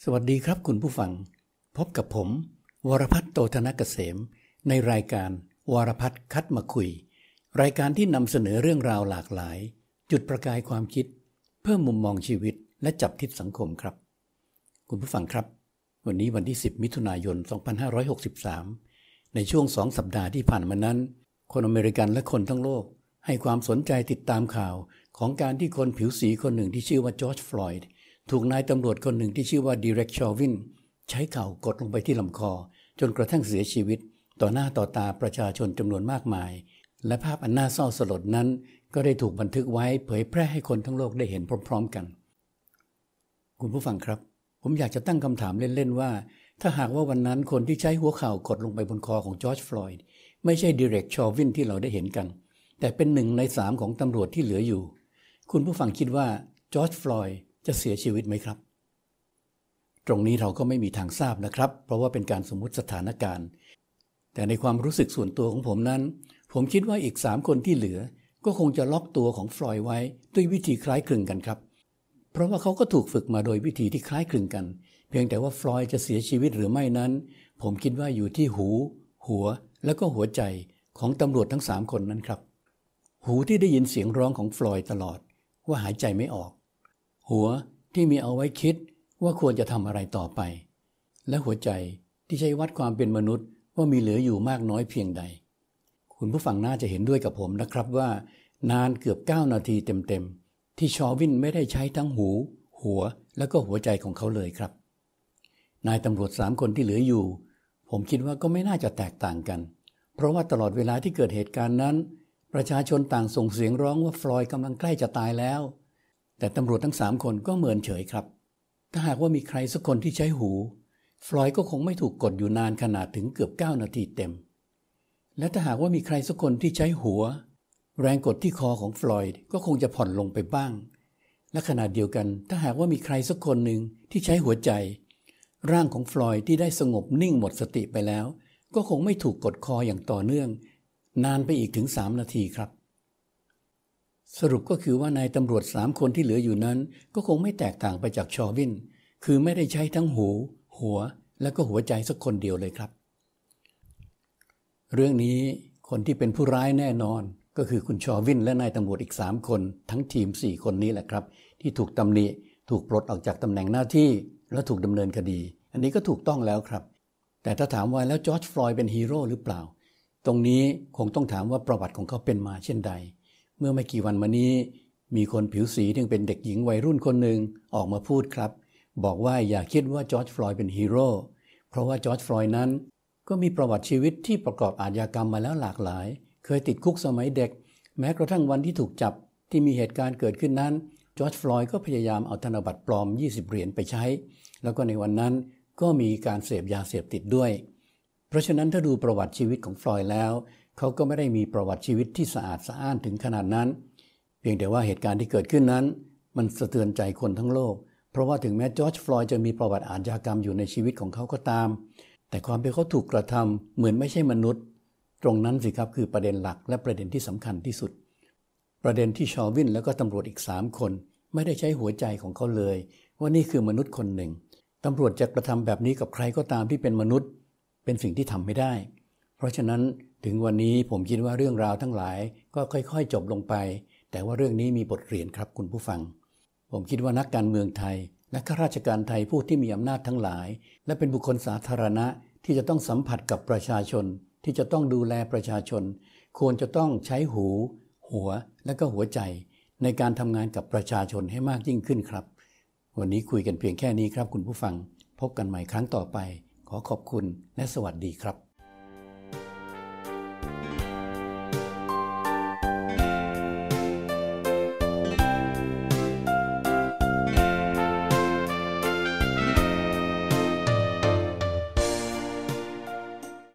สวัสดีครับคุณผู้ฟังพบกับผมวรพัฒน์โตธนเกษมในรายการวรพัฒน์คัดมาคุยรายการที่นำเสนอเรื่องราวหลากหลายจุดประกายความคิดเพิ่มมุมมองชีวิตและจับทิศสังคมครับคุณผู้ฟังครับวันนี้วันที่10มิถุนายน2563ในช่วง2สัปดาห์ที่ผ่านมานั้นคนอเมริกันและคนทั้งโลกให้ความสนใจติดตามข่าวของการที่คนผิวสีคนหนึ่งที่ชื่อว่าจอร์จฟลอยด์ถูกนายตำรวจคนหนึ่งที่ชื่อว่าดีเร็ก ชอวินใช้เข่ากดลงไปที่ลำคอจนกระทั่งเสียชีวิตต่อหน้าต่อตาประชาชนจำนวนมากมายและภาพอันน่าเศร้าสลดนั้นก็ได้ถูกบันทึกไว้เผยแพร่ให้คนทั้งโลกได้เห็นพร้อมๆกันคุณผู้ฟังครับผมอยากจะตั้งคำถามเล่นๆว่าถ้าหากว่าวันนั้นคนที่ใช้หัวเข่ากดลงไปบนคอของจอร์จฟลอยด์ไม่ใช่ดีเร็ก ชอวินที่เราได้เห็นกันแต่เป็น1 ใน 3ของตำรวจที่เหลืออยู่คุณผู้ฟังคิดว่าจอร์จฟลอยด์จะเสียชีวิตไหมครับตรงนี้เราก็ไม่มีทางทราบนะครับเพราะว่าเป็นการสมมุติสถานการณ์แต่ในความรู้สึกส่วนตัวของผมนั้นผมคิดว่าอีก3คนที่เหลือก็คงจะล็อกตัวของฟลอยด์ไว้ด้วยวิธีคล้ายคลึงกันครับเพราะว่าเขาก็ถูกฝึกมาโดยวิธีที่คล้ายคลึงกันเพียงแต่ว่าฟลอยด์จะเสียชีวิตหรือไม่นั้นผมคิดว่าอยู่ที่หูหัวและก็หัวใจของตำรวจทั้ง3คนนั้นครับหูที่ได้ยินเสียงร้องของฟลอยด์ตลอดว่าหายใจไม่ออกหัวที่มีเอาไว้คิดว่าควรจะทำอะไรต่อไปและหัวใจที่ใช้วัดความเป็นมนุษย์ว่ามีเหลืออยู่มากน้อยเพียงใดคุณผู้ฟังน่าจะเห็นด้วยกับผมนะครับว่านานเกือบ9 นาทีเต็มๆที่ชอวินไม่ได้ใช้ทั้งหูหัวและก็หัวใจของเขาเลยครับนายตำรวจ3คนที่เหลืออยู่ผมคิดว่าก็ไม่น่าจะแตกต่างกันเพราะว่าตลอดเวลาที่เกิดเหตุการณ์นั้นประชาชนต่างส่งเสียงร้องว่าฟลอยด์กำลังใกล้จะตายแล้วแต่ตำรวจทั้ง3คนก็เมินเฉยครับถ้าหากว่ามีใครสักคนที่ใช้หูฟลอยด์ก็คงไม่ถูกกดอยู่นานขนาดถึงเกือบ9 นาทีเต็มและถ้าหากว่ามีใครสักคนที่ใช้หัวแรงกดที่คอของฟลอยด์ก็คงจะผ่อนลงไปบ้างและขณะเดียวกันถ้าหากว่ามีใครสักคนหนึ่งที่ใช้หัวใจร่างของฟลอยด์ที่ได้สงบนิ่งหมดสติไปแล้วก็คงไม่ถูกกดคออย่างต่อเนื่องนานไปอีกถึง3 นาทีครับสรุปก็คือว่านายตำรวจ3คนที่เหลืออยู่นั้นก็คงไม่แตกต่างไปจากชอวินคือไม่ได้ใช้ทั้งหูหัวและก็หัวใจสักคนเดียวเลยครับเรื่องนี้คนที่เป็นผู้ร้ายแน่นอนก็คือคุณชอวินและนายตำรวจอีก3คนทั้งทีม4คนนี้แหละครับที่ถูกตำหนิถูกปลดออกจากตำแหน่งหน้าที่และถูกดำเนินคดีอันนี้ก็ถูกต้องแล้วครับแต่ถ้าถามว่าแล้วจอร์จฟลอยด์เป็นฮีโร่หรือเปล่าตรงนี้คงต้องถามว่าประวัติของเขาเป็นมาเช่นใดเมื่อไม่กี่วันมานี้มีคนผิวสีที่เป็นเด็กหญิงวัยรุ่นคนหนึ่งออกมาพูดครับบอกว่าอย่าคิดว่าจอร์จฟลอยด์เป็นฮีโร่เพราะว่าจอร์จฟลอยด์นั้นก็มีประวัติชีวิตที่ประกอบอาชญากรรมมาแล้วหลากหลายเคยติดคุกสมัยเด็กแม้กระทั่งวันที่ถูกจับที่มีเหตุการณ์เกิดขึ้นนั้นจอร์จฟลอยด์ก็พยายามเอาธนบัตรปลอม20 เหรียญไปใช้แล้วก็ในวันนั้นก็มีการเสพยาเสพติดด้วยเพราะฉะนั้นถ้าดูประวัติชีวิตของฟลอยด์แล้วเขาก็ไม่ได้มีประวัติชีวิตที่สะอาดสะอ้านถึงขนาดนั้นเพียงแต่ว่าเหตุการณ์ที่เกิดขึ้นนั้นมันสะเทือนใจคนทั้งโลกเพราะว่าถึงแม้จอร์จฟลอยด์จะมีประวัติอาชญากรรมอยู่ในชีวิตของเขาก็ตามแต่ความที่เขาถูกกระทำเหมือนไม่ใช่มนุษย์ตรงนั้นสิครับคือประเด็นหลักและประเด็นที่สำคัญที่สุดประเด็นที่ชอวินแล้วก็ตำรวจอีก3คนไม่ได้ใช้หัวใจของเขาเลยว่านี่คือมนุษย์คนหนึ่งตำรวจจะกระทำแบบนี้กับใครก็ตามที่เป็นมนุษย์เป็นสิ่งที่ทำไม่ได้เพราะฉะนั้นถึงวันนี้ผมคิดว่าเรื่องราวทั้งหลายก็ค่อยๆจบลงไปแต่ว่าเรื่องนี้มีบทเรียนครับคุณผู้ฟังผมคิดว่านักการเมืองไทยและข้าราชการไทยผู้ที่มีอำนาจทั้งหลายและเป็นบุคคลสาธารณะที่จะต้องสัมผัสกับประชาชนที่จะต้องดูแลประชาชนควรจะต้องใช้หูหัวและก็หัวใจในการทำงานกับประชาชนให้มากยิ่งขึ้นครับวันนี้คุยกันเพียงแค่นี้ครับคุณผู้ฟังพบกันใหม่ครั้งต่อไปขอขอบคุณและสวัสดีครับ